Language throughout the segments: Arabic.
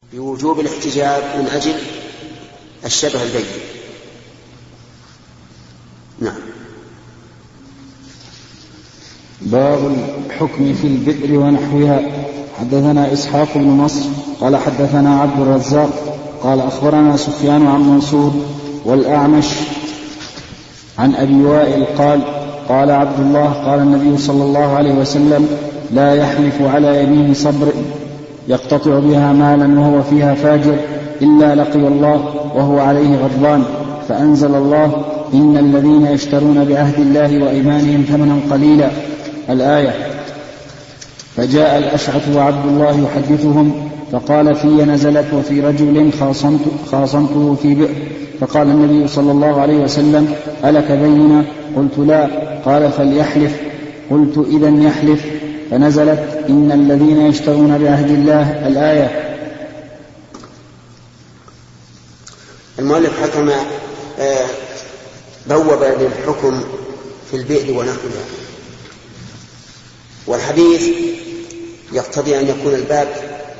بوجوب الاحتجاب من أجل الشبه البين. نعم. باب الحكم في البئر ونحوها. حدثنا إسحاق بن نصر قال حدثنا عبد الرزاق قال أخبرنا سفيان عن منصور والأعمش عن أبي وائل قال عبد الله قال النبي صلى الله عليه وسلم: لا يحلف على يمين صبر يقتطع بها مالا وهو فيها فاجر إلا لقي الله وهو عليه غضبان. فأنزل الله: إن الذين يشترون بعهد الله وإيمانهم ثمنا قليلا، الآية. فجاء الأشعث وعبد الله يحدثهم فقال: في نزلت وفي رجل خاصمته في بئر. فقال النبي صلى الله عليه وسلم: ألك بينة؟ قلت: لا. قال: فليحلف. قلت: إذن يحلف. فنزلت: إن الذين يشترون بعهد الله، الآية. المؤلف حكم بوب للحكم في البئر ونحوها، والحديث يقتضي أن يكون الباب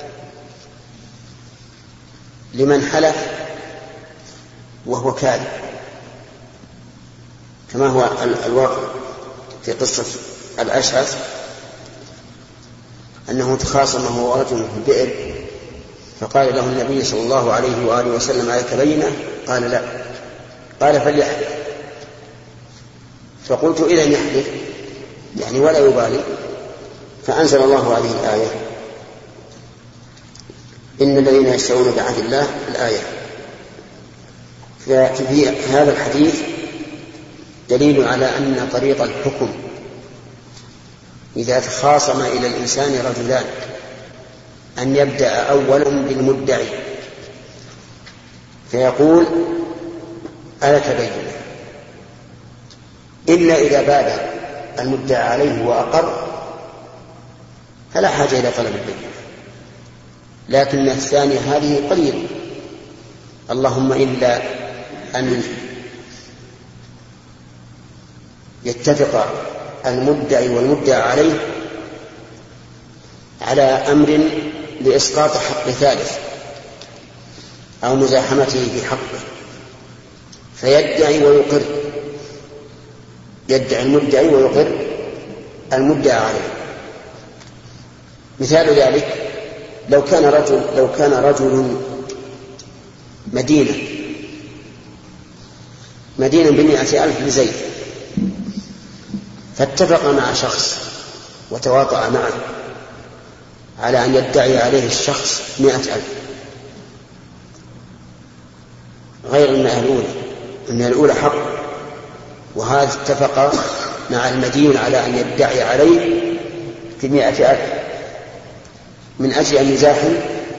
لمن حلف وهو كاذب، كما هو الواقع في قصة الأشعث أنه تخاصمه هو رجل في البئر، فقال له النبي صلى الله عليه وآله وسلم: عليك بينة؟ قال: لا. قال: فليحلف. فقلت: إذن يحلف، يعني ولا يبالي. فأنزل الله هذه الآية: إن الذين يشترون بعهد الله، الآية. ففي هذا الحديث دليل على أن طريق الحكم إذا تخاصم إلى الإنسان رجلان أن يبدأ أولا بالمدعي فيقول: ألك بينة؟ إلا إذا باد المدعى عليه وأقر فلا حاجة إلى طلب البينة. لكن الثانية هذه قليل، اللهم إلا أن يتفق المدعي والمدعى عليه على أمر لإسقاط حق ثالث أو مزاحمته في حقه، فيدعي ويقر، يدعي المدعي ويقر المدعى عليه. مثال ذلك: لو كان رجل مدينا ب100,000 لزيد، فاتفق مع شخص وتواطأ معه على أن يدعي عليه الشخص 100,000 غير أن الأولى حق، وهذا اتفق مع المدين على أن يدعي عليه في 100,000 من أجل أن يزاحم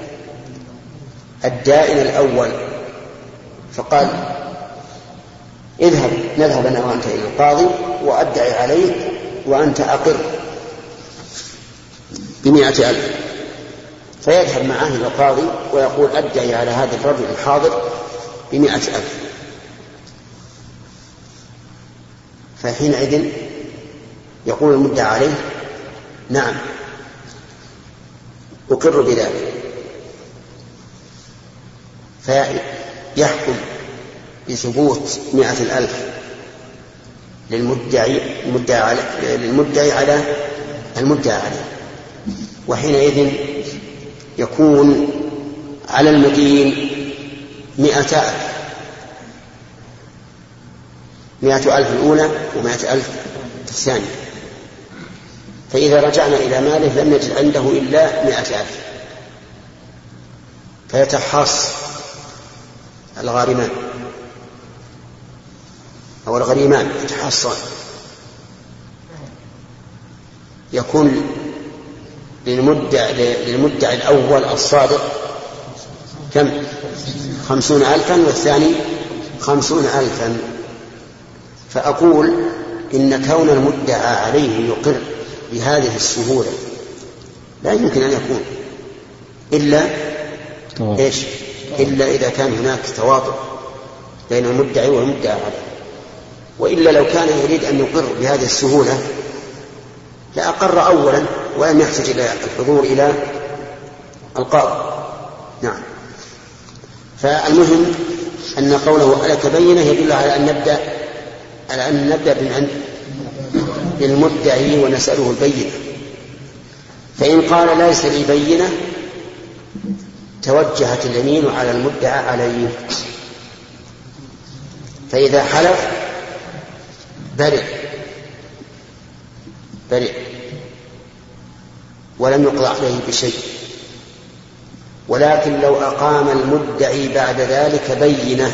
الدائن الأول، فقال: نذهب أنا وأنت إلى القاضي وأدعي عليك وأنت أقر ب100,000. فيذهب معه إلى القاضي ويقول: أدعي على هذا الرجل الحاضر ب100,000. فحينئذ يقول المدعى عليه: نعم، أقر بذلك. فيحكم بثبوت 100,000 للمدعي على المدعى عليه، وحينئذ يكون على المدين 100,000 الأولى و100,000 الثانية. فإذا رجعنا إلى ماله لم نجد عنده إلا 100,000، فيتحاص الغارمان أو الغريمان يتحاصان. يكون للمدعي الأول الصادق كم؟ 50,000 والثاني 50,000. فأقول إن كون المدعى عليه يقر بهذه السهولة لا يمكن أن يكون إلا إذا كان هناك تواطؤ بين المدعي والمدعى عليه. وإلا لو كان يريد أن يقر بهذه السهولة لأقر أولا ولم يحتاج إلى الحضور إلى القاضي. نعم. فالمهم أن قوله ألك بينة يدل على أن نبدأ بالمدعي ونسأله البينة. فإن قال ليس لي بينة توجهت اليمين على المدعى عليه، فإذا حلف برئ ولم يقضى عليه بشيء. ولكن لو أقام المدعي بعد ذلك بينة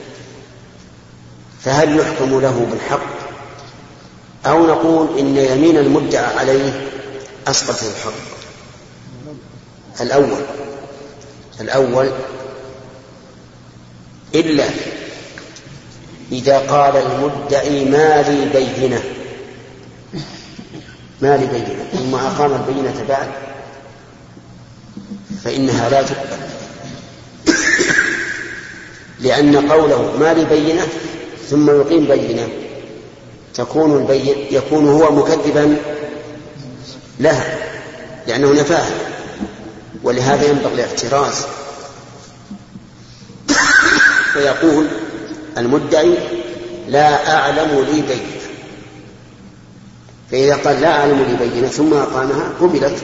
فهل يحكم له بالحق أو نقول إن يمين المدعى عليه أسقط الحق؟ الأول إلا إذا قال المدعي ما لي بينة ثم أقام البينة بعد فإنها لا تقبل، لأن قوله ما لي بينة ثم يقيم بينة يكون هو مكذبا لها لأنه نفاها، ولهذا ينبغي الاحتراز. فيقول المدعي لا أعلم لي بينة، فإذا قال لا أعلم لي بينة ثم أقامها قبلت.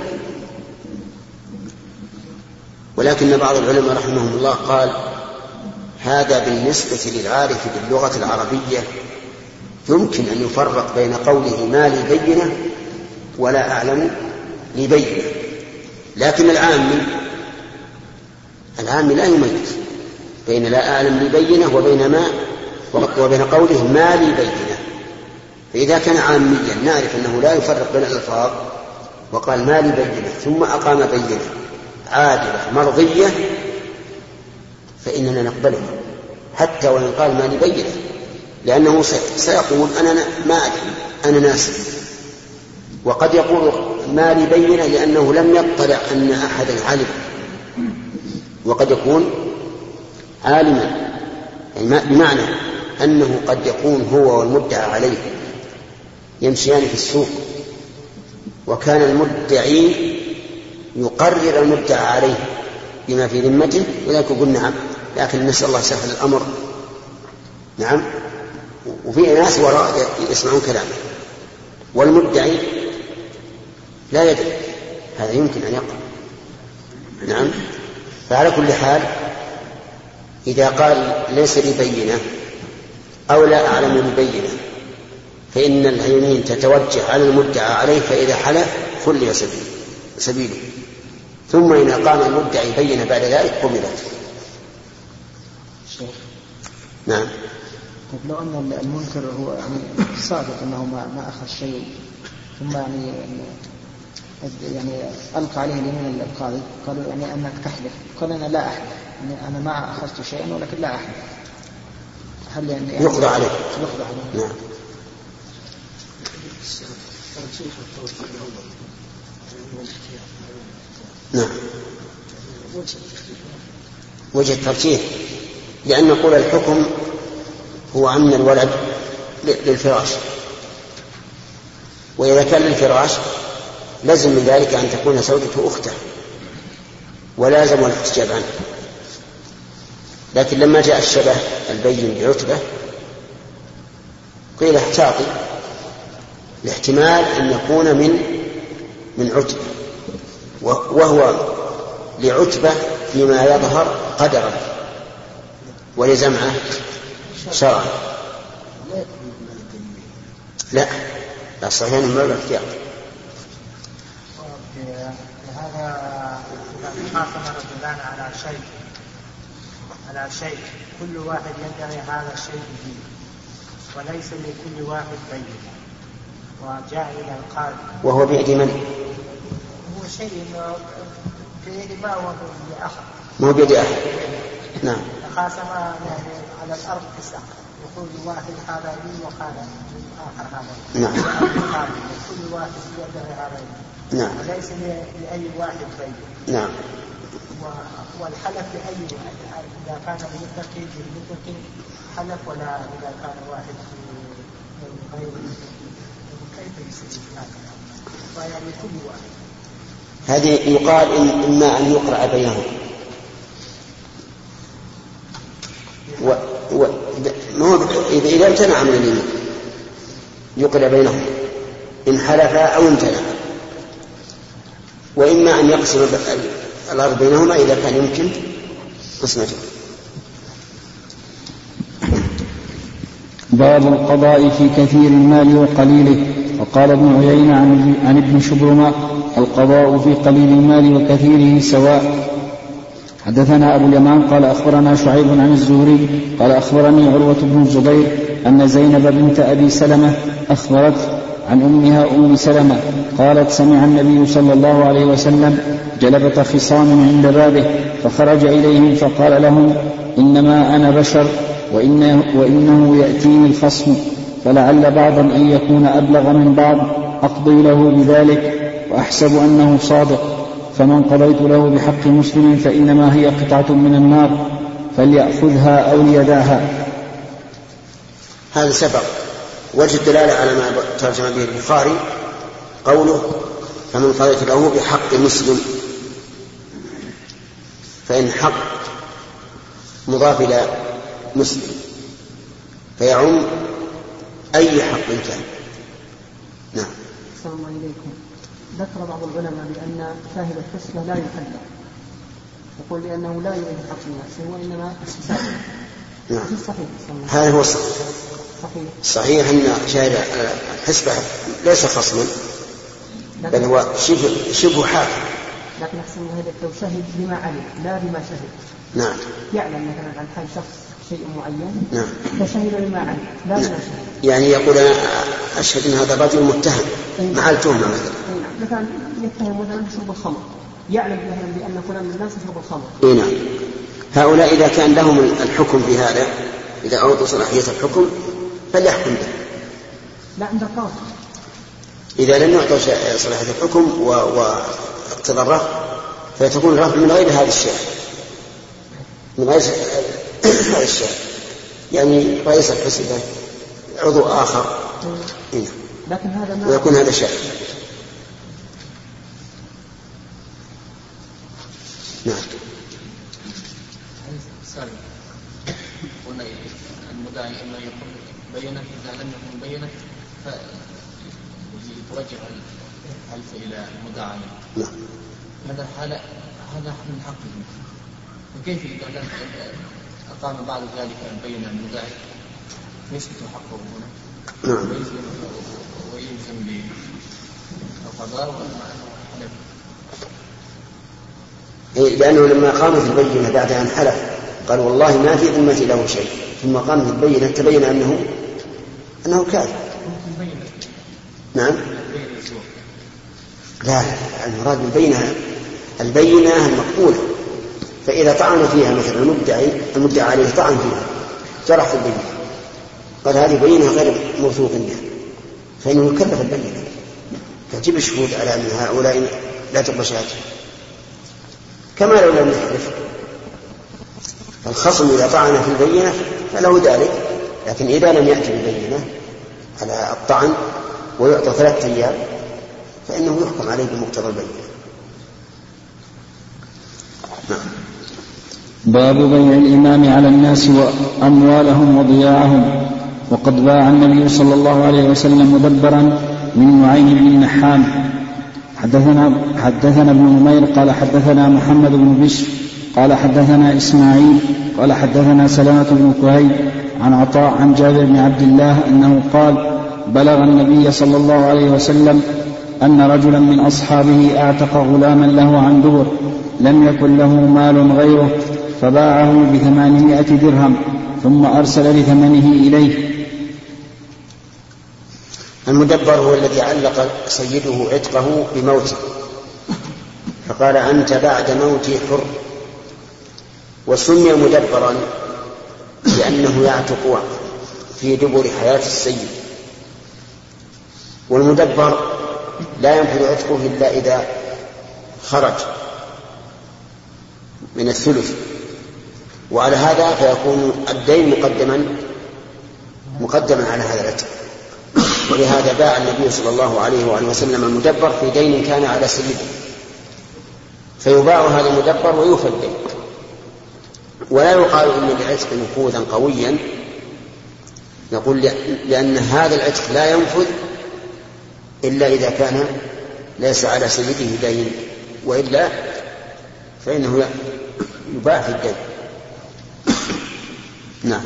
ولكن بعض العلماء رحمهم الله قال هذا بالنسبة للعارف باللغة العربية يمكن أن يفرق بين قوله ما لي بينة ولا أعلم لي بينة، لكن العامي لا يميز بين لا أعلم لي بينة وبين قوله ما لي بينة. فإذا كان عاميا نعرف أنه لا يفرق بين الألفاظ وقال ما لي بينة ثم أقام بينة عادلة مرضية فإننا نقبله حتى وإن قال ما لي بينة، لأنه سيقول أنا ما أدري أنا ناسي. وقد يقول ما لي بينة لأنه لم يطلع أن أحدا علم، وقد يكون عالما، يعني بمعنى أنه قد يكون هو والمدعى عليه يمشيان في السوق وكان المدعي يقرر المدعى عليه بما في ذمته ولكن يقول نعم، لكن نسأل الله سهل الأمر نعم، وفي ناس وراء يسمعون كلامه والمدعي لا يدري، هذا يمكن أن يقع. نعم. فعلى كل حال إذا قال ليس لي بينة أو لا أعلم لي بينة فإن اليمين تتوجه على المدعى عليه، فإذا حلف خلي سبيله، ثم إن أقام المدعي بينة بعد ذلك قبلت. نعم. طيب لو أن المنكر هو يعني صادق أنه ما أخذ شيء ثم يعني ألقى عليه اليمين القاضي قالوا يعني أنك تحلف، قال أنا لا أحلف، يعني أنا ما أخذت شيئا ولكن لا أحلف، هل يعني يقضى عليه؟ نعم. نعم. وجه الترجيح لأن نقول الحكم هو أن الولد للفراش، وإذا كان للفراش لازم من ذلك أن تكون زوجته أخته ولازم الاحتجاب عنه. لكن لما جاء الشبه البين بعتبة قيل احتاطي لاحتمال أن يكون من عتبة، وهو لعتبة فيما يظهر قدرا ولزمعه شرعا. لا صحيح من الاحتياط. هذا خاصم رجلان على شيء كل واحد يدعي هذا الشيء به وليس لكل واحد بينه، وجاء إلى القاضي وهو بيد من؟ هو شيء بيد ما هو بأخر، ما هو بيد أحد. نعم. خاصم يعني على الأرض تسعة، يقول واحد هذا لي وقال آخر هذا. نعم. كل واحد يدعي هذا لي. نعم. وليس لأي واحد بينه. نعم. والحلف لأي إذا كان للمتقي حلف ولا إذا كان واحد غير كيف يصير هذا؟ فيعني كل واحد هذه يقال إما أن يقرأ بينهم إذا امتنع من اليمين يقل بينهم إن حلف أو امتنع، وإما أن يقسم الأرض بينهما إذا كان يمكن قسمته. باب القضاء في كثير المال وقليله. وقال ابن عيينة عن ابن شبرمة: القضاء في قليل المال وكثيره سواء. حدثنا أبو اليمان قال أخبرنا شعيب عن الزهري قال أخبرني عروة بن الزبير أن زينب بنت أبي سلمة أخبرت عن أمها أم سلمة قالت: سمع النبي صلى الله عليه وسلم جلبة خصام عند بابه فخرج إليهم فقال لهم: إنما أنا بشر وإنه يأتيني الخصم فلعل بعضا أن يكون أبلغ من بعض أقضي له بذلك وأحسب أنه صادق، فمن قضيت له بحق مسلم فإنما هي قطعة من النار فليأخذها أو ليدعها. هذا سبق. وجه الدلالة على ما ترجم به البخاري قوله: فمن قضيت له بحق مسلم، فإن حق مضاف إلى مسلم فيعم أي حق كان. نعم. السلام عليكم. ذكر بعض العلماء بأن شاهد الحسنى لا يحلل، يقول لأنه لا يريد حق الناس وإنما استساغه. نعم. الصحيح هذا هو الصحيح. صحيح أن شاهد الحسبة ليس خصما بل هو شبه حاكم. لكن أحسن هذا لو شهد بما علم لا بما شهد. نعم. يعلم مثلا عن حال شخص شيء معين. نعم. فشهد بما علم لا بما شهد. يعني يقول أنا أشهد أن هذا الرجل متهم مع التهمة مثلا يتهم مثلا بشرب الخمر، يعلم مثلا بأن فلان من الناس يشرب الخمر. نعم. هؤلاء إذا كان لهم الحكم في هذا، إذا أعطوا صلاحية الحكم فليحكم به. لا عند القاضي. إذا لم يعطوا صلاحية الحكم واقتضى الرفض فتكون الرفض من غير هذا الشيء، من غير هذا الشيء، يعني رئيس الحسبة عضو آخر. لكن هذا ما ويكون هذا شيء. نعم. قلنا المدعي إما يكون بينة، إذا لم يكن بينة فيتوجه الحلف إلى المدعي. نعم. هذا حالة هذا من حقه، وكيف إذا لم أقام بعد ذلك البينة المدعي يثبت حقه هنا؟ نعم. ويلزم بالقضاء والحلف. لأنه لما قامت البينة بعد أن حلف قال والله ما في ذمتي له شيء، ثم قامت البينة تبين أنه كاذب. نعم. لا، المراد بالبينة البينة المقبولة، فإذا طعن فيها مثلا المدعى عليه طعن فيها جرح في البينة قال هذه بينة غير موثوق بها فإنه يكلف البينة، تجيب الشهود على أن هؤلاء لا تقبل شهادته كما لو لم يحلف. الخصم إذا طعن في البينة فله ذلك، لكن إذا لم يأتي ببينة على الطعن ويعطى 3 أيام فإنه يحكم عليه بمقتضى البينة. باب بيع الإمام على الناس وأموالهم وضياعهم. وقد باع النبي صلى الله عليه وسلم مدبرا من نعيم بن النحام. حدثنا ابن نمير قال حدثنا محمد بن بشر قال حدثنا إسماعيل قال حدثنا سلامة بن كهيل عن عطاء عن جابر بن عبد الله أنه قال: بلغ النبي صلى الله عليه وسلم أن رجلا من أصحابه أعتق غلاما له عن دبر لم يكن له مال غيره فباعه ب800 درهم ثم أرسل بثمنه إليه. المدبر هو الذي علق سيده عتقه بموته فقال أنت بعد موتي حر، وسمي مدبرا لأنه يعتق في دبر حياة السيد. والمدبر لا ينفذ عتقه إلا إذا خرج من الثلث، وعلى هذا فيكون الدين مقدما على هذا العتق. ولهذا باع النبي صلى الله عليه وآله وسلم المدبر في دين كان على سيده، فيباع هذا المدبر ويوفى الدين. ولا يقال إن العتق نفوذا قويا، نقول لأن هذا العتق لا ينفذ إلا إذا كان ليس على سيده دين، وإلا فإنه يباع في الدين. نعم.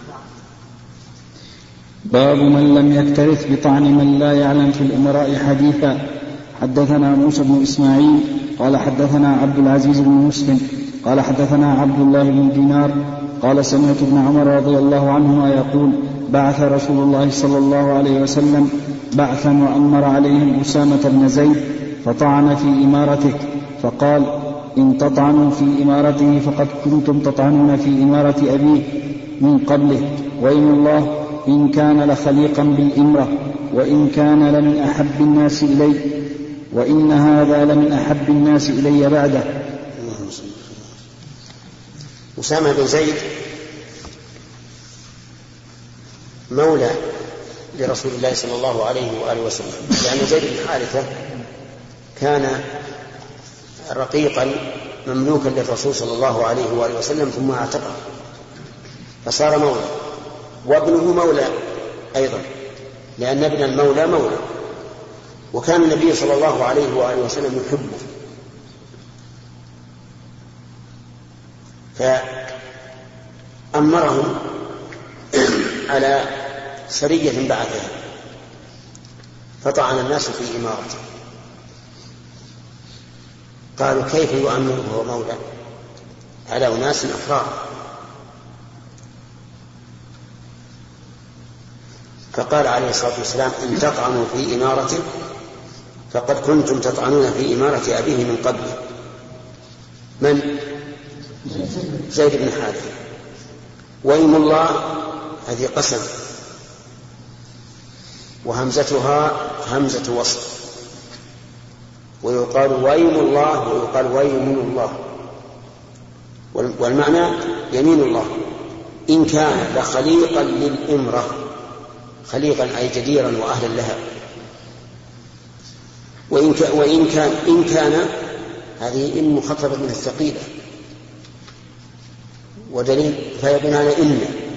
باب من لم يكترث بطعن من لا يعلم في الأمراء حديثا. حدثنا موسى بن إسماعيل قال حدثنا عبد العزيز بن مسلم قال حدثنا عبد الله بن دينار قال سمعت ابن عمر رضي الله عنهما يقول بعث رسول الله صلى الله عليه وسلم بعثا وأمر عليهم أسامة بن زيد فطعن في إمارته، فقال إن تطعنوا في إمارته فقد كنتم تطعنون في إمارة أبيه من قبله، وإن الله إن كان لخليقا بالإمرة، وإن كان لمن أحب الناس إلي، وإن هذا لمن أحب الناس إلي بعده. أسامة بن زيد مولى لرسول الله صلى الله عليه وآله وسلم، لأن زيد بن حارثة كان رقيقا مملوكا للرسول صلى الله عليه وآله وسلم ثم اعتقه فصار مولى، وابنه مولى أيضا، لأن ابن المولى مولى. وكان النبي صلى الله عليه وآله وسلم يحبه، فأمرهم على سرية بعثها فطعن الناس في إمارته. قالوا كيف يؤمر وهو مولى على أناس أحرار؟ فقال عليه الصلاة والسلام إن تطعنوا في إمارته فقد كنتم تطعنون في إمارة أبيه من قبل. من؟ زيد بن حارثة. وإيم الله هذه قسم، وهمزتها همزة وصل، ويقال وإيم الله ويقال ويمين الله، والمعنى يمين الله إن كان لخليقا للإمرة، خليقا أي جديرا وأهلا لها. وإن كان هذه إن مخففة من الثقيلة، ودليل فيبنى على إن،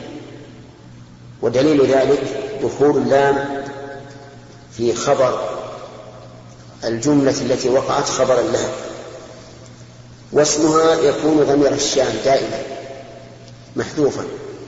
ودليل ذلك دخول اللام في خبر الجملة التي وقعت خبرا لها، واسمها يكون ضمير الشان دائما محذوفا،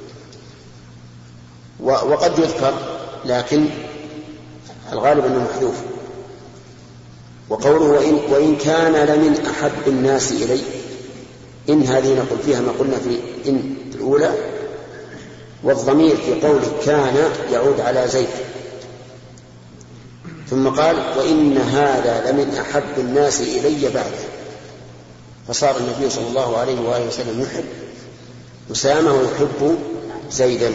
وقد يذكر لكن الغالب أنه محذوف. وقوله وإن كان لمن أحب الناس إلي، إن هذه نقول فيها ما قلنا في إن الأولى، والضمير في قوله كان يعود على زيد. ثم قال وإن هذا لمن أحب الناس إلي بعده، فصار النبي صلى الله عليه وآله وسلم يحب أسامة ويحب زيدا.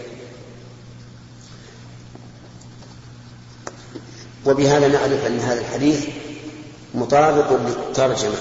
وبهذا نعرف أن هذا الحديث مطابق للترجمة،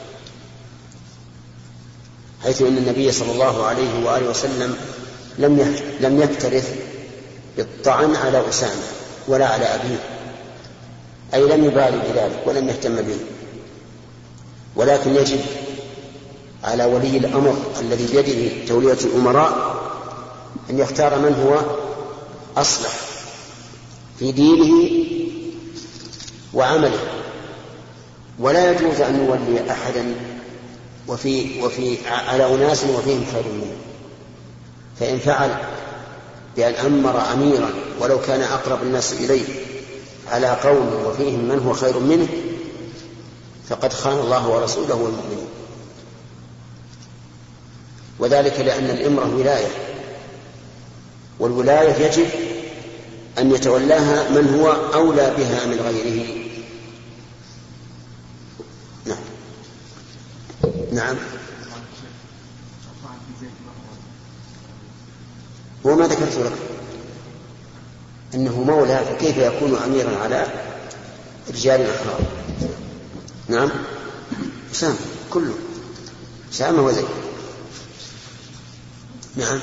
حيث أن النبي صلى الله عليه وآله وسلم لم يكترث بالطعن على أسامة ولا على أبيه، أي لم يبالي بذلك ولم يهتم به، ولكن يجب على ولي الأمر الذي بيده تولية الأمراء أن يختار من هو أصلح في دينه وعمله، ولا يجوز أن يولي أحدا وفي على أناس وفيهم خير منه. فإن فعل بأن أمر أميرا ولو كان أقرب الناس إليه على قوم وفيهم من هو خير منه فقد خان الله ورسوله والمؤمنين، وذلك لأن الإمرة ولاية، والولاية يجب أن يتولاها من هو أولى بها من غيره. نعم. هو ما ذكرت لك أنه مولى، فكيف يكون أميرا على رجال أحرار؟ نعم أسامة كله، أسامة وزيد. نعم.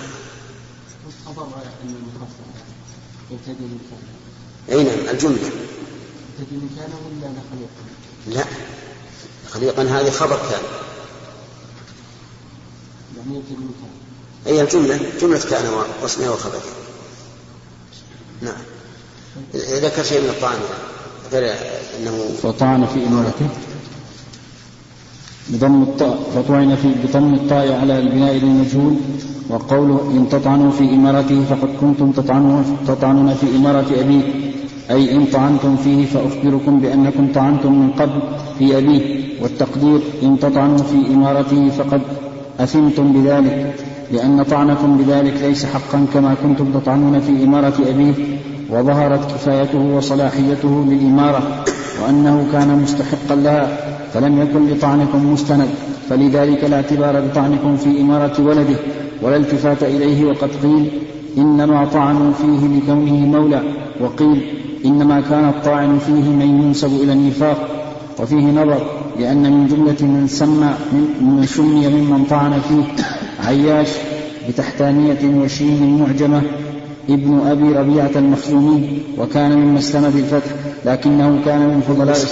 أي نعم الجملة. لا، خليقا هذه خبر كان، أي الجملة جملة كان واسمها وخبرها. نعم. ذكر شيء من الطعن غير أنه فطعن في إمارته بضم الطاء فطعن في بضم الطاء على البناء للمجهول. وقوله إن تطعنوا في إمارته فقد كنتم تطعنون في إمارة أبيه، أي إن طعنتم فيه فأخبركم بأنكم طعنتم من قبل في أبيه. والتقدير إن تطعنوا في إمارته فقد أثمتم بذلك، لأن طعنكم بذلك ليس حقا كما كنتم تطعنون في إمارة أبيه. وظهرت كفايته وصلاحيته للإمارة وأنه كان مستحقا لها، فلم يكن لطعنكم مستند، فلذلك لا اعتبار بطعنكم في إمارة ولده ولا التفات إليه. وقد قيل إنما طعنوا فيه لكونه مولى، وقيل إنما كان الطاعن فيه من ينسب إلى النفاق. وفيه نظر، لأن من جملة من سمي ممن طعن فيه عياش بتحتانية وشين معجمة ابن أبي ربيعة المخزومي، وكان من مسلمة الفتح، لكنه كان من فضلاء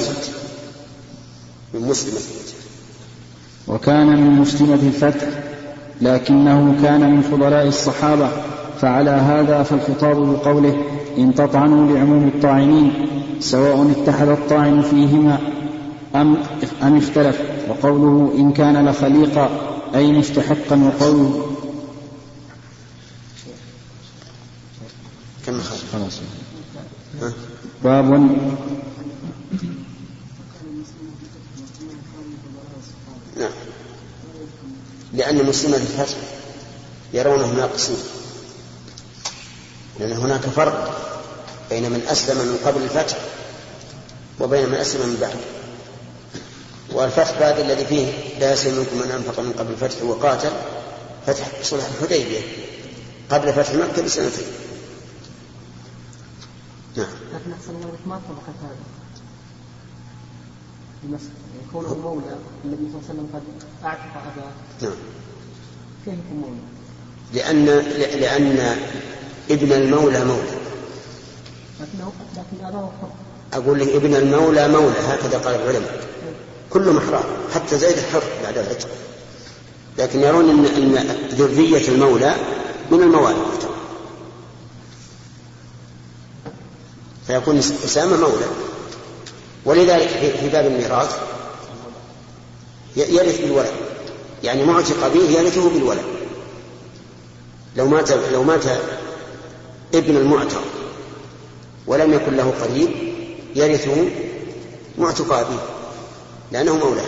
الفتح لكنه كان من فضلاء الصحابة. فعلى هذا فالخطاب بقوله إن تطعنوا لعموم الطاعنين، سواء اتحد الطاعن فيهما أم اختلف. وقوله إن كان لخليقا أي مستحقا. وقوله باب نعم. لأن مسلمة الفتح يرونه ناقصين، لأن هناك فرق بين من أسلم من قبل الفتح وبين من أسلم من بعد. والفتح بعد الذي فيه لا يسلم منكم من أنفق من قبل الفتح وقاتل، فتح صلح الحديبية قبل فتح مكة بسنتين. نعم. لكن أحسن الله ما طبقت هذا يكون مولى النبي صلى الله عليه وسلم قد أعتق أباه. نعم. كيف يكون مولى؟ لأن ابن المولى مولى. لكن أباه حر. أقول لك ابن المولى مولى، هكذا قال العلماء، كل محرار حتى زيد حر بعد العتق، لكن يرون أن ذرية المولى من الموالي فيكون أسامة مولى. ولذلك في باب الميراث يرث بالولد، يعني معتق به يرثه بالولد. لو مات ابن المعتق ولم يكن له قريب يرثه معتق أبيه لأنه مولى.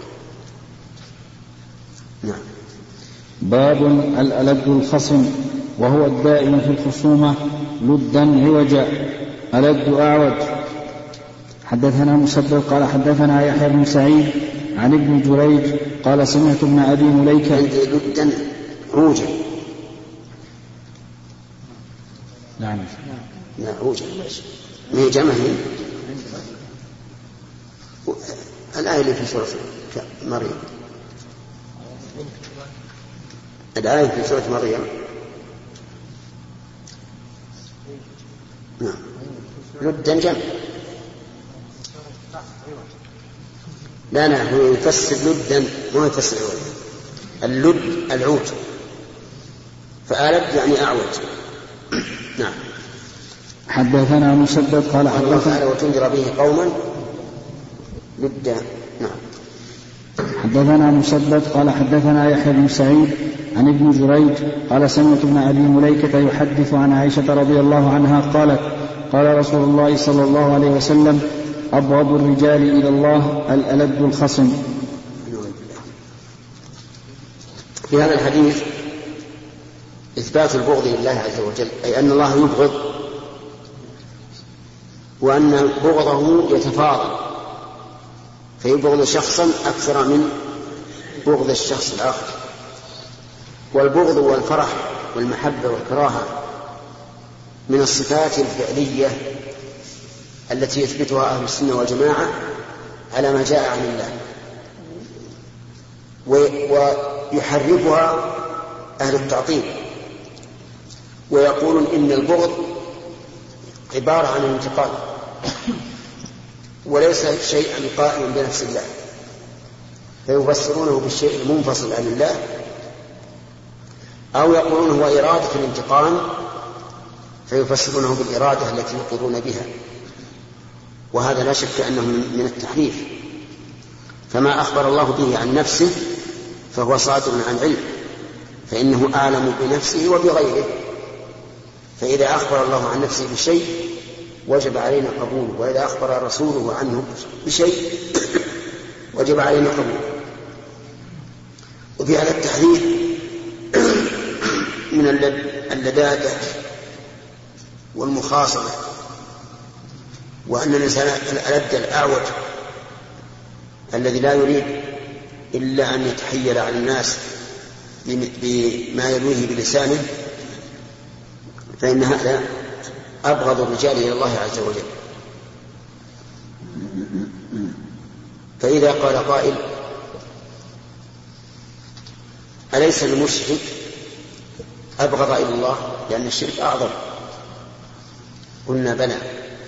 نعم. باب الألد الخصم، وهو الدائم في الخصومة لدا عوجا، ألد أعوج. حدثنا مسدد قال حدثنا يحيى بن سعيد عن ابن جريج قال سمعت ابن أبي مليكة لدا عوجا. نعم. عوجا من جمعه. الآية اللي في سورة مريم، الآية في سورة مريم. نعم. لدا جمع. لا هو يفسر لدا ما يفسر عوج. اللد العوج، فألد يعني أعوج. نعم. حدثنا مسدد قال حدثنا وتنذر به قوما لدا. نعم. حدثنا مسدد قال حدثنا يحيى بن سعيد عن ابن جريج قال سمعت ابن أبي مليكة يحدث عن عائشة رضي الله عنها قالت قال رسول الله صلى الله عليه وسلم أبغض الرجال إلى الله الألد الخصم. في هذا الحديث إثبات البغض لله عز وجل، أي أن الله يبغض وأن بغضه يتفاضل، فيبغض شخصا أكثر من بغض الشخص الآخر. والبغض والفرح والمحبة والكراهة من الصفات الفعلية التي يثبتها أهل السنة والجماعة على ما جاء عن الله، ويحرفها أهل التعطيل ويقولون إن البغض عبارة عن الانتقام وليس شيئا قائما بنفس الله، فيفسرونه بالشيء المنفصل عن الله أو يقولون هو إرادة الانتقام فيفسرونه بالإرادة التي يقرون بها، وهذا لا شك أنه من التحريف. فما أخبر الله به عن نفسه فهو صادر عن علم، فإنه أعلم بنفسه وبغيره، فإذا أخبر الله عن نفسه بشيء وجب علينا قبوله، وإذا أخبر رسوله عنه بشيء وجب علينا قبوله. وفي هذا التحذير من اللدادة والمخاصمة، وأن الإنسان الألد الأعوج الذي لا يريد إلا أن يتحيل على الناس بما يلويه بلسانه، فإن هذا أبغض الرجال إلى الله عز وجل. فإذا قال قائل أليس المشرك أبغض إلى الله لأن الشرك أعظم؟ قلنا بلى،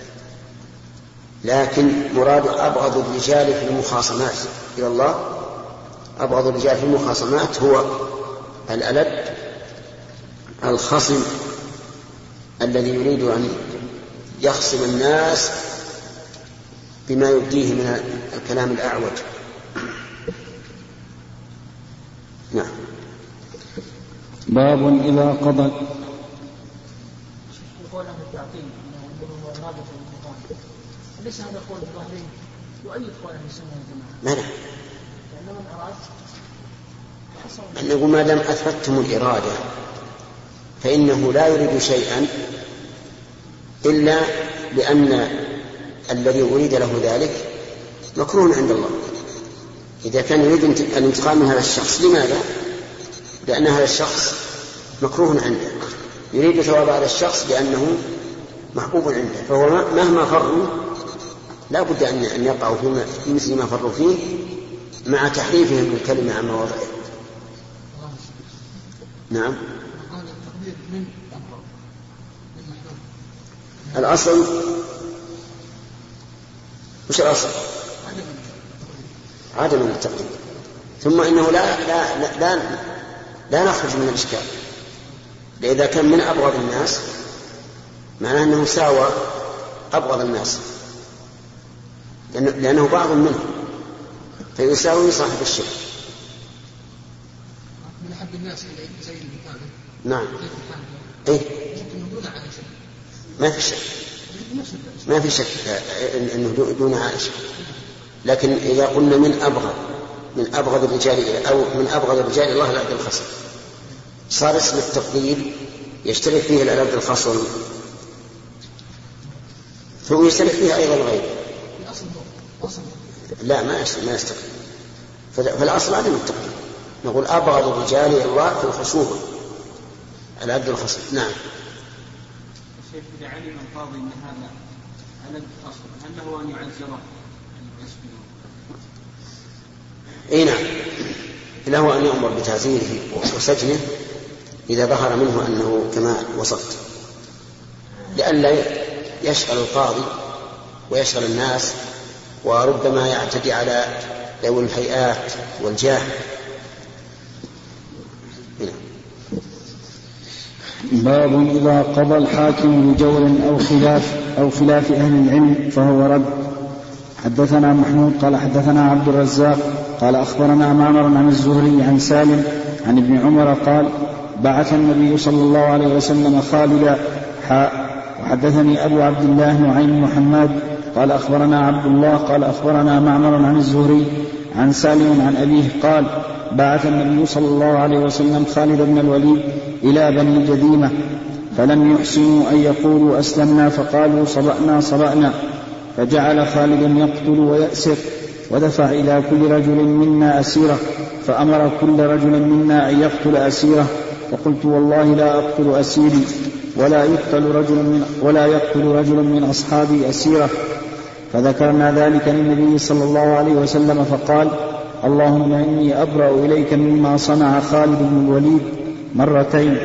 لكن مراد أبغض الرجال في المخاصمات إلى الله، أبغض الرجال في المخاصمات هو الألد الخصم الذي يريد أن يخصم الناس بما يبديه من الكلام الأعوج. نعم. باب إذا قضى. يقول عن التعطيل أنه هو إرادة الانتقام، ليس هذا قول الظاهري يؤيد قول أهل السنة والجماعة؟ ماذا؟ لأنه من أراد نقول ما دام أثبتتم الإرادة فإنه لا يريد شيئا إلا لأن الذي أريد له ذلك مكروه عند الله. إذا كان يريد الانتقام من هذا الشخص، لماذا؟ لأن هذا الشخص مكروه عنده، يريد ثواب هذا الشخص لأنه محبوب عنده، فهو مهما فروا لا بد أن يقعوا في مثل ما فروا فيه مع تحريفهم الكلمة عن مواضعه. نعم. الأصل وش الأصل؟ عدم التقدير. ثم إنه لا نخرج من الإشكال، لإذا كان من أبغض الناس معناه أنه ساوى أبغض الناس، لأنه بعض منهم فيساوي صاحب الشرك. من أحب الناس زي المثال. نعم. إيه؟ ما في شك أنه دون عائشة، لكن إذا قلنا من أبغض الرجال أو من أبغض الرجال الله الألد الخصم، صار اسم التفضيل يشترك فيه الألد الخصم ثم يشترك فيه أيضا غيره. لا ما يستقيم. فالأصل عدم التقدير، نقول أبغض الرجال إلى الله في الخصومة الألد الخصم. نعم. الشيخ إذا علم القاضي أن هذا ألد خصم هل له أن يعزره؟ اي نعم، له ان يؤمر بتعزيره وسجنه اذا ظهر منه انه كما وصفت، لئلا يشغل القاضي ويشغل الناس، وربما يعتدي على ذوي الهيئات والجاه. باب إذا قضى الحاكم بجور أو خلاف أهل العلم فهو رد. حدثنا محمود قال حدثنا عبد الرزاق قال أخبرنا معمر عن الزهري عن سالم عن ابن عمر قال بعث النبي صلى الله عليه وسلم خالدا. وحدثني أبو عبد الله نعيم محمد قال أخبرنا عبد الله قال أخبرنا معمر عن الزهري عن سالم عن أبيه قال بعث النبي صلى الله عليه وسلم خالد بن الوليد إلى بني جذيمة فلم يحسنوا أن يقولوا أسلمنا فقالوا صبأنا، فجعل خالد يقتل ويأسر، ودفع إلى كل رجل منا أسيرة، فأمر كل رجل منا أن يقتل أسيرة، فقلت والله لا أقتل أسيري ولا يقتل رجل من أصحابي أسيرة. فذكرنا ذلك للنبي صلى الله عليه وسلم فقال اللهم إني أبرأ إليك مما صنع خالد بن الوليد مرتين.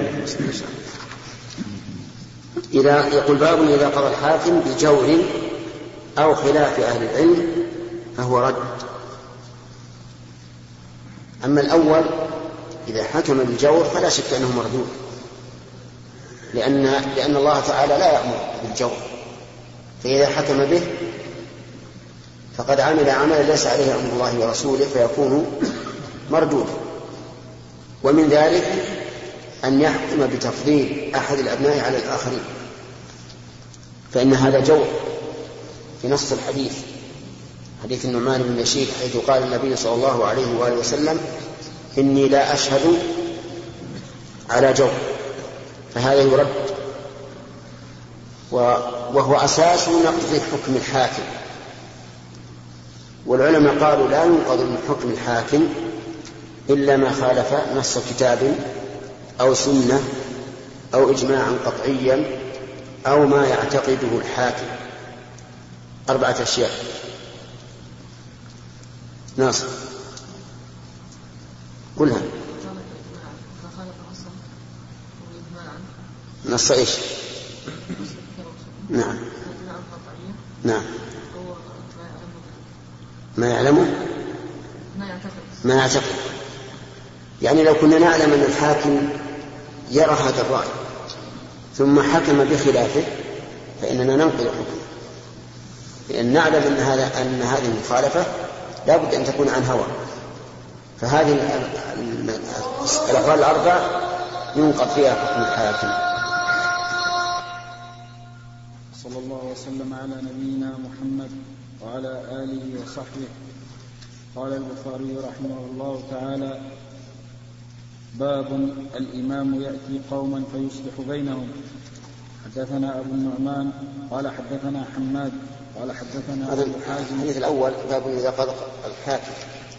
إذا يقول باب إذا قضى الحاكم بجور أو خلاف أهل إذا حكم بالجور فلا شك أنه مردود، لأن الله تعالى لا يأمر بالجور، فإذا حكم به فقد عمل عملا ليس عليه أمر الله ورسوله فيكون مردودا. ومن ذلك أن يحكم بتفضيل أحد الأبناء على الآخرين، فإن هذا جور في نص الحديث، حديث النعمان بن بشير، حيث قال النبي صلى الله عليه وآله وسلم: إني لا أشهد على جور، فهذا يرد، وهو أساس نقض حكم الحاكم. والعلماء قالوا لا ينقض من حكم الحاكم إلا ما خالف نص كتاب أو سنة أو إجماعا قطعيا أو ما يعتقده الحاكم. 4 أشياء. ناصر قلها. نص إيش؟ نعم نعم. ما يعلمه ما يعتقد. يعني لو كنا نعلم أن الحاكم يرى هذا الرأي ثم حكم بخلافه فإننا ننقض حكمه، لأن نعلم أن هذه المخالفة لا بد أن تكون عن هوى. فهذه الأحوال ال4 ينقض فيها حكم الحاكم. صلى الله وسلم على نبينا محمد وعلى آله وصحبه. قال البخاري رحمه الله تعالى: باب الإمام يأتي قوما فيصلح بينهم. حدثنا أبو النعمان قال حدثنا حماد قال حدثنا أبو حازم. الحديث الأول باب إذا قضى الحاكم.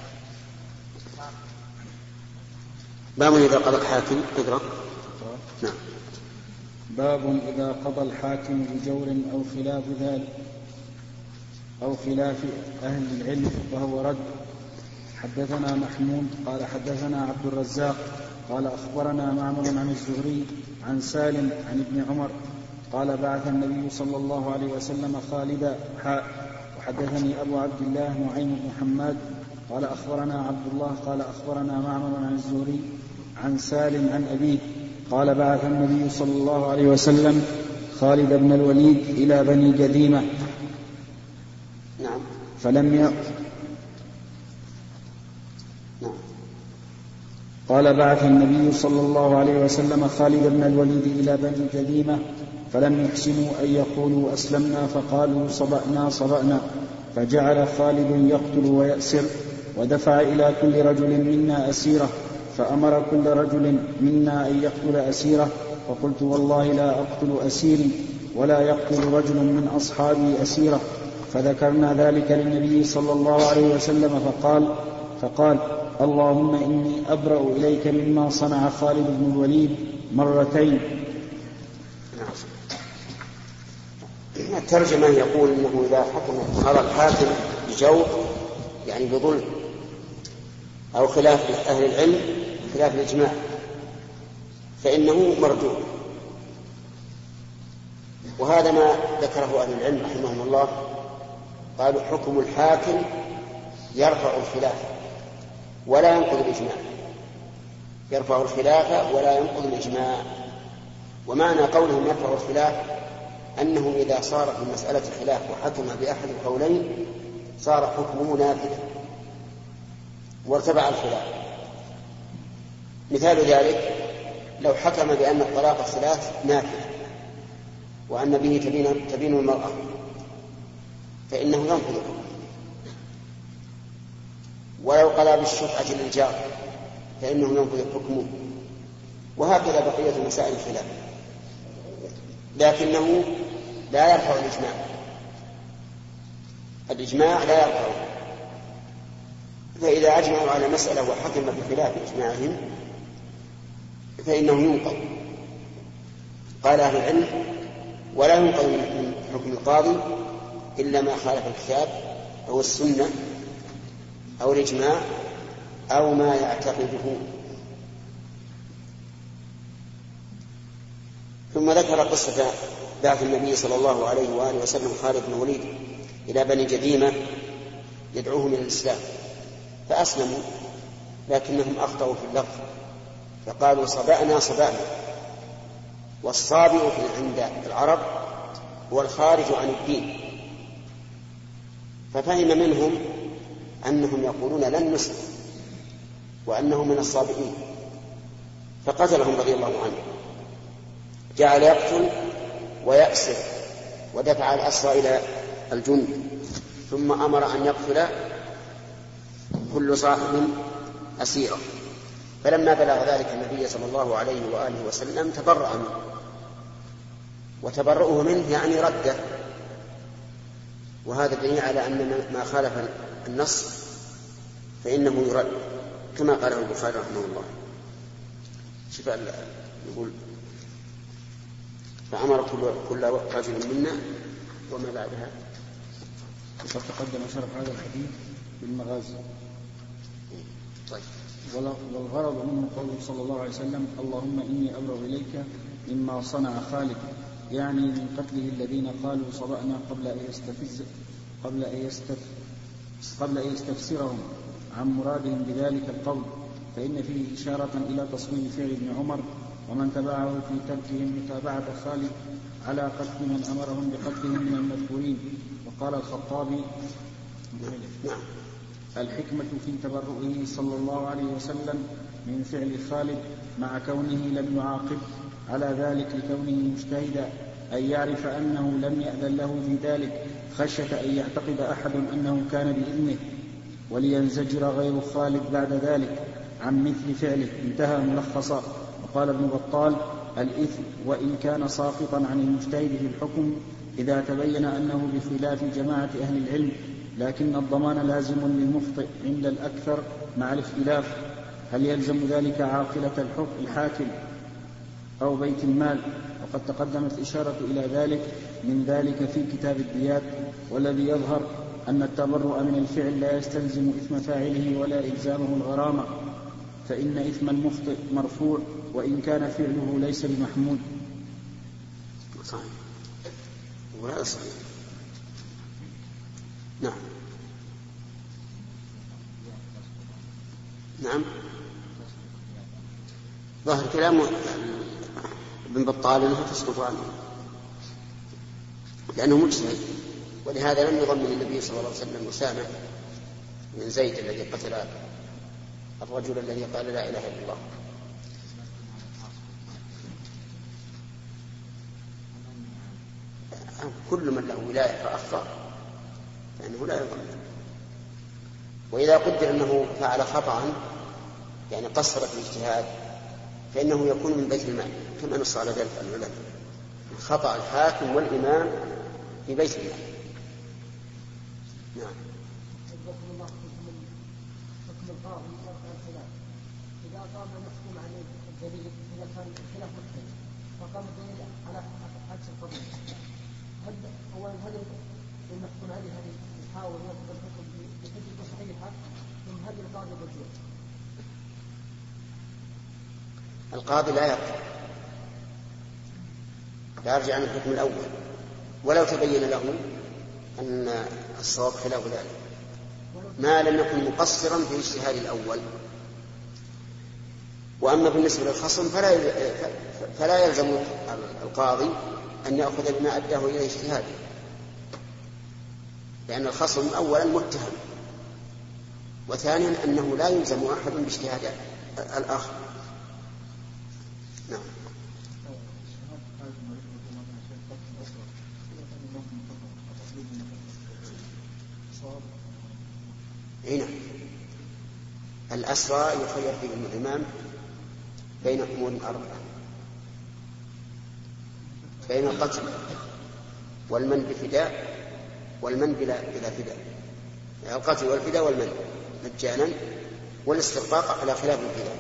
باب إذا قضى الحاكم. اقرأ. نعم. باب إذا قضى الحاكم بجور أو خلاف ذلك أو خلاف أهل العلم وهو رد. حدثنا محمود قال حدثنا عبد الرزاق قال أخبرنا معمر عن الزهري عن سالم عن ابن عمر قال: بعث النبي صلى الله عليه وسلم خالدا. وحدثني أبو عبد الله نعيم بن حماد قال أخبرنا عبد الله قال أخبرنا معمر عن الزهري عن سالم عن أبيه قال: بعث النبي صلى الله عليه وسلم خالد بن الوليد إلى بني جذيمة نعم. قال: بعث النبي صلى الله عليه وسلم خالد بن الوليد إلى بني جذيمة فلم يحسنوا أن يقولوا أسلمنا فقالوا صبأنا، فجعل خالد يقتل ويأسر، ودفع إلى كل رجل منا أسيرة، فأمر كل رجل منا أن يقتل أسيرة، فقلت: والله لا أقتل أسيري ولا يقتل رجل من أصحابي أسيرة. فذكرنا ذلك للنبي صلى الله عليه وسلم فقال: اللهم إني أبرأ إليك مما صنع خالد بن الوليد مرتين. الترجمة يقول إنه إذا حكم على الحاكم بجور يعني بظلم أو خلاف أهل العلم خلاف الإجماع فإنه مردود. وهذا ما ذكره أهل العلم رحمهم الله، قالوا حكم الحاكم يرفع الخلاف ولا ينقض الإجماع، يرفع الخلاف ولا ينقض الإجماع. ومعنى قولهم يرفع الخلاف أنه إذا صار في مسألة خلاف وحكم بأحد القولين صار حكمه نافذا وارتفع الخلاف. مثال ذلك لو حكم بأن الطلاق الثلاث نافذ وأن به تبين المرأة فإنه ينقض الحكم. ولو قضى بالشفعة للجار فإنه ينقض حكمه. وهكذا بقية مسائل الخلاف، لكنه لا يرفع الإجماع لا يرفعه. فإذا أجمعوا على مسألة وحكم بخلاف إجماعهم فإنه ينقض. قال أهل العلم: ولا ينقض من حكم القاضي إلا ما خالف الكتاب أو السنة أو الإجماع أو ما يعتقده. ثم ذكر قصة بعث النبي صلى الله عليه وآله وسلم خالد بن الوليد إلى بني جذيمة يدعوهم إلى الإسلام، فأسلموا لكنهم أخطأوا في اللفظ فقالوا صبأنا صبأنا. والصابئ عند العرب هو الخارج عن الدين، ففهم منهم أنهم يقولون لن نسلم وأنهم من الصابئين، فقتلهم رضي الله عنه. جعل يقتل ويأسر ودفع الأسرى إلى الجند، ثم أمر أن يقتل كل صاحب أسيرا. فلما بلغ ذلك النبي صلى الله عليه وآله وسلم تبرأ منه، وتبرؤه منه يعني رده، وهذا دليل على أن ما خالف النص فإنه يرد كما قاله البخاري رحمه الله. شوف يقول فأمر كل رجل منا وما بعدها. وقد تقدم شرح هذا الحديث في المغازي. طيب. والغرض منه قوله صلى الله عليه وسلم اللهم إني أبرأ إليك مما صنع خالد، يعني من قتله الذين قالوا صبأنا قبل أن يستفسرهم عن مرادهم بذلك القول، فإن فيه إشارة إلى تصميم فعل ابن عمر ومن تبعه في تركهم متابعة خالد على قتل من أمرهم بقتلهم من المذكورين. وقال الخطابي الحكمة في تبرؤه صلى الله عليه وسلم من فعل خالد مع كونه لم يعاقب على ذلك لكونه مجتهدا، أن يعرف أنه لم يأذن له في ذلك خشية أن يعتقد أحد أنه كان بإذنه، ولينزجر غير خالد بعد ذلك عن مثل فعله. انتهى ملخصا. وقال ابن بطال الإثم وإن كان ساقطا عن المجتهد في الحكم إذا تبين أنه بخلاف جماعة أهل العلم، لكن الضمان لازم للمخطئ عند الأكثر مع الاختلاف هل يلزم ذلك عاقلة الحاكم أو بيت المال. وقد تقدمت إشارة إلى ذلك من ذلك في كتاب الديات. والذي يظهر أن التبرؤ من الفعل لا يستلزم إثم فاعله ولا إلزامه الغرامة، فإن إثم المخطئ مرفوع وإن كان فعله ليس بمحمود. صحيح ولا صحيح. نعم نعم. ظاهر كلام ابن بطال أنها تسقط عنه لأنه مجتهد، ولهذا لم يضمن النبي صلى الله عليه وسلم أسامة من زيد الذي قتل الرجل الذي قال لا إله إلا الله. كل من له ولاية فأخطأ فإنه لا يضمن. وإذا قدر أنه فعل خطأ يعني قصر في الاجتهاد فإنه يكون من بيت المال كما نص على ذلك العلماء. خطأ الحاكم والإمام في بيت المال. نعم. إذا قام محكوم عليه الدليل إذا كان خلاف مختلف فقام الدليل على عكس القضية، هل المحكوم عليه هذه يحاول يأخذ الحكم بحجة صحيحة ثم هل القاضي الرجوع؟ القاضي لا يرجع عن الحكم الأول ولو تبين له أن الصواب خلاف ذلك ما لم يكن مقصرا في الاجتهاد الأول. وأما بالنسبة للخصم فلا يلزم القاضي أن يأخذ بما أداه إلى اجتهاده، لأن الخصم أولا متهم، وثانيا أنه لا يلزم أحد باجتهاد الآخر. نعم. هنا الأسرى يخير فيهم الإمام بين أمور أربعة: بين القتل والمن بفداء والمن بلا فداء، يعني القتل والفداء والمن مجانا والاسترقاق على خلاف الفداء.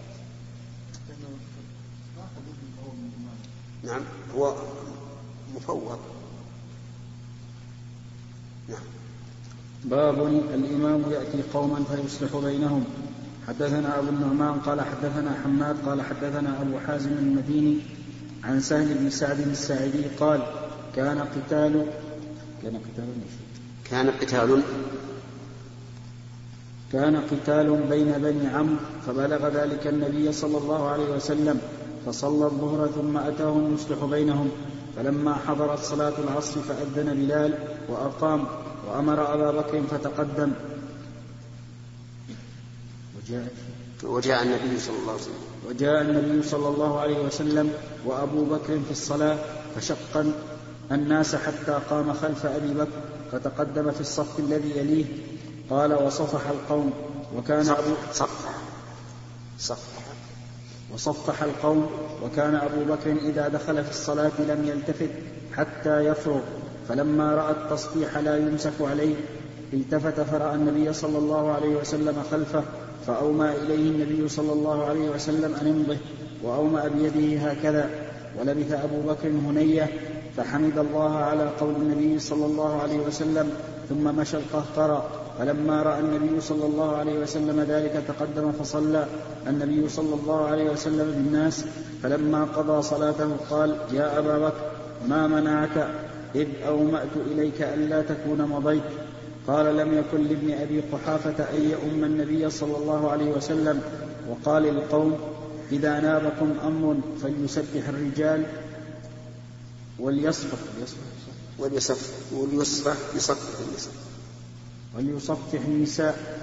نعم هو مفوض. نعم. باب الإمام يأتي قوما فيصلح بينهم. حدثنا أبو النعمان قال حدثنا حماد قال حدثنا أبو حازم المديني عن سهل بن سعد الساعدي قال كان قتال كان قتال بين بني عمرو فبلغ ذلك النبي صلى الله عليه وسلم فصلى الظهر ثم أتاهم يصلح بينهم، فلما حضرت صلاة العصر فأذن بلال وأقام وأمر أبا بكر فتقدم. وجاء النبي صلى الله عليه وسلم وأبو بكر في الصلاة فشق الناس حتى قام خلف أبي بكر فتقدم في الصف الذي يليه. قال وصفح القوم وكان أبو بكر إذا دخل في الصلاة لم يلتفت حتى يفرغ، فلما رأى التصبيح لا يمسك عليه التفت فرأى النبي صلى الله عليه وسلم خلفه فأومى إليه النبي صلى الله عليه وسلم أن امضه، وأومى بيده هكذا. ولبث أبو بكر هنية فحمد الله على قول النبي صلى الله عليه وسلم ثم مشى القهقرى، فلما رأى النبي صلى الله عليه وسلم ذلك تقدم فصلى النبي صلى الله عليه وسلم بالناس، فلما قضى صلاته قال يا أبا بكر ما منعك إذ أومأت إليك ألا تكون مضيت؟ قال لم يكن لابن أبي قحافة أن يؤم النبي صلى الله عليه وسلم. وقال للقوم إذا نابكم أمر فليسبح الرجال وليصفح النساء.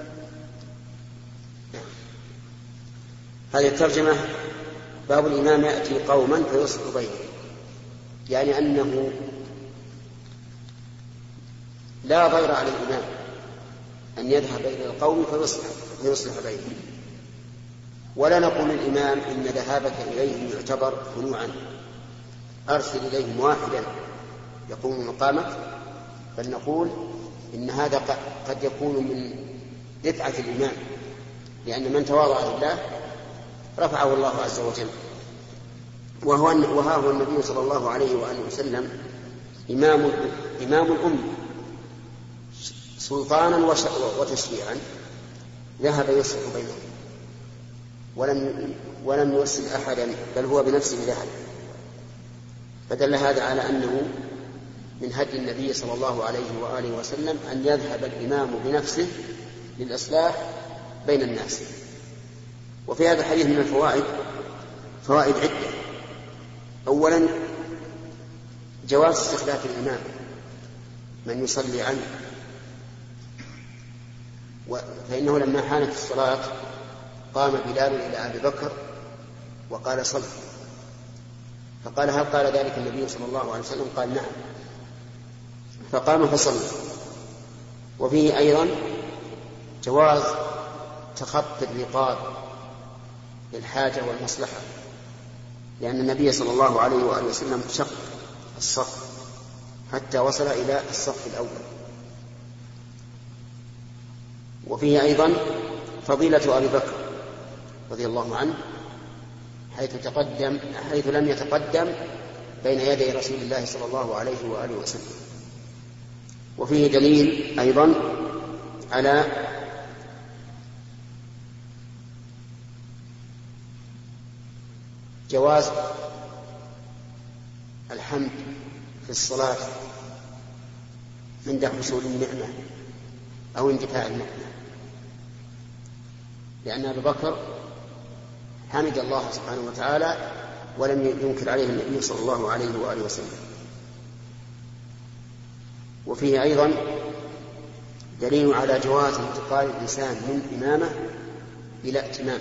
هذه الترجمة باب الإمام يأتي قوما فيصلح بينهم، يعني أنه لا ضير على الإمام أن يذهب إلى القوم فيصلح بينهم، ولا نقول للإمام إن ذهابك إليهم يعتبر خنوعا، أرسل إليهم واحدا يقوم مقامك، بل نقول إن هذا قد يكون من دفعة الإمام، لأن من تواضع لله رفعه الله عز وجل. وها هو النبي صلى الله عليه وآله وسلم إمام الأمة سلطانا وتشريعا، ذهب يصلح بينهم ولم يرسل أحدا، بل هو بنفسه ذهب. فدل هذا على أنه من هدي النبي صلى الله عليه وآله وسلم أن يذهب الإمام بنفسه للإصلاح بين الناس. وفي هذا الحديث من الفوائد فوائد عدة. أولا جواز استخلاف الإمام من يصلي عنه، فإنه لما حانت الصلاة قام بلال إلى أبي بكر وقال صل، فقال هل قال ذلك النبي صلى الله عليه وسلم؟ قال نعم، فقام فصلى. وفيه أيضا جواز تخطي الرقاب للحاجة والمصلحة، لأن النبي صلى الله عليه وآله وسلم شق الصف حتى وصل إلى الصف الأول. وفيه أيضا فضيلة أبي بكر رضي الله عنه حيث لم يتقدم بين يدي رسول الله صلى الله عليه وآله وسلم. وفيه دليل أيضا على جواز الحمد في الصلاة عند حصول النعمة أو انتفاء النعمة، لأن أبي بكر حمد الله سبحانه وتعالى ولم ينكر عليه النبي صلى الله عليه وآله وسلم. وفيه أيضا دليل على جواز انتقال الإنسان من إمامة إلى ائتمام،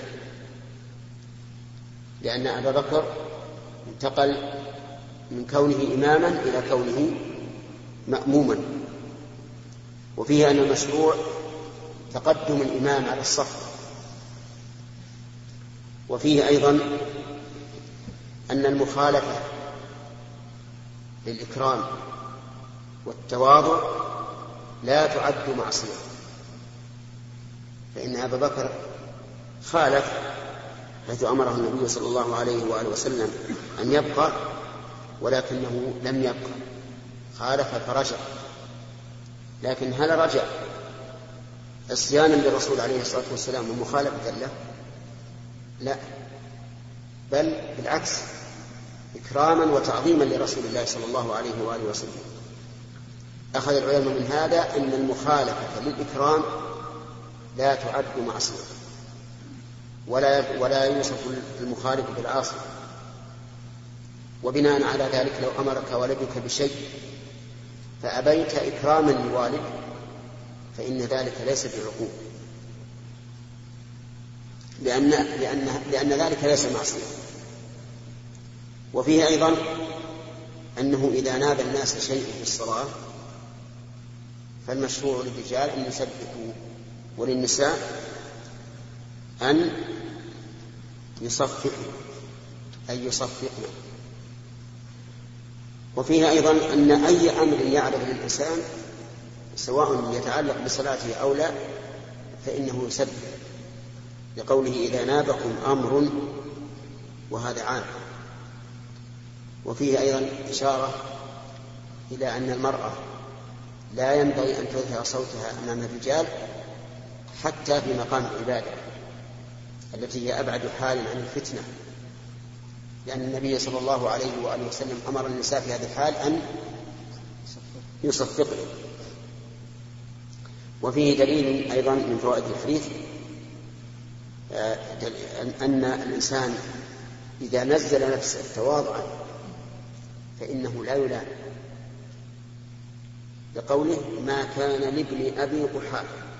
لأن أبا بكر انتقل من كونه إماما إلى كونه مأموما. وفيه أن المشروع تقدم الإمام على الصف. وفيه أيضا أن المخالفة للإكرام والتواضع لا تعد معصية، فإن أبا بكر خالف حيث أمره النبي صلى الله عليه وآله وسلم أن يبقى، ولكنه لم يبقى، خالف فرجع. لكن هل رجع عصيانا للرسول عليه الصلاة والسلام ومخالفة له؟ لا، بل بالعكس إكراما وتعظيما لرسول الله صلى الله عليه وآله وسلم. أخذ العلماء من هذا أن المخالفة للإكرام لا تعد معصية، ولا يوصف المخالف بالعاصي. وبناء على ذلك لو أمرك والدك بشيء فأبيت إكراما للوالد فإن ذلك ليس بعقوق، لأن ذلك ليس معصية. وفيه أيضا أنه إذا ناب الناس شيء في الصلاة فالمشروع للرجال أن يسبحوا وللنساء أن يصفقوا أي يصفقنا. وفيه أيضا أن أي أمر يعرض للإنسان سواء يتعلق بصلاته أو لا فإنه يسبح، لقوله إذا نابكم أمر، وهذا عام. وفيه أيضا إشارة إلى أن المرأة لا ينبغي أن تظهر صوتها أمام الرجال حتى في مقام العبادة التي هي أبعد حال عن الفتنة، لأن النبي صلى الله عليه وآله وسلم أمر النساء في هذه الحال أن يصفقن. وفيه دليل أيضا من فوائد الحديث أن الإنسان إذا نزل نفسه تواضعا فإنه لا يلام، لقوله ما كان لابن أبي قحافة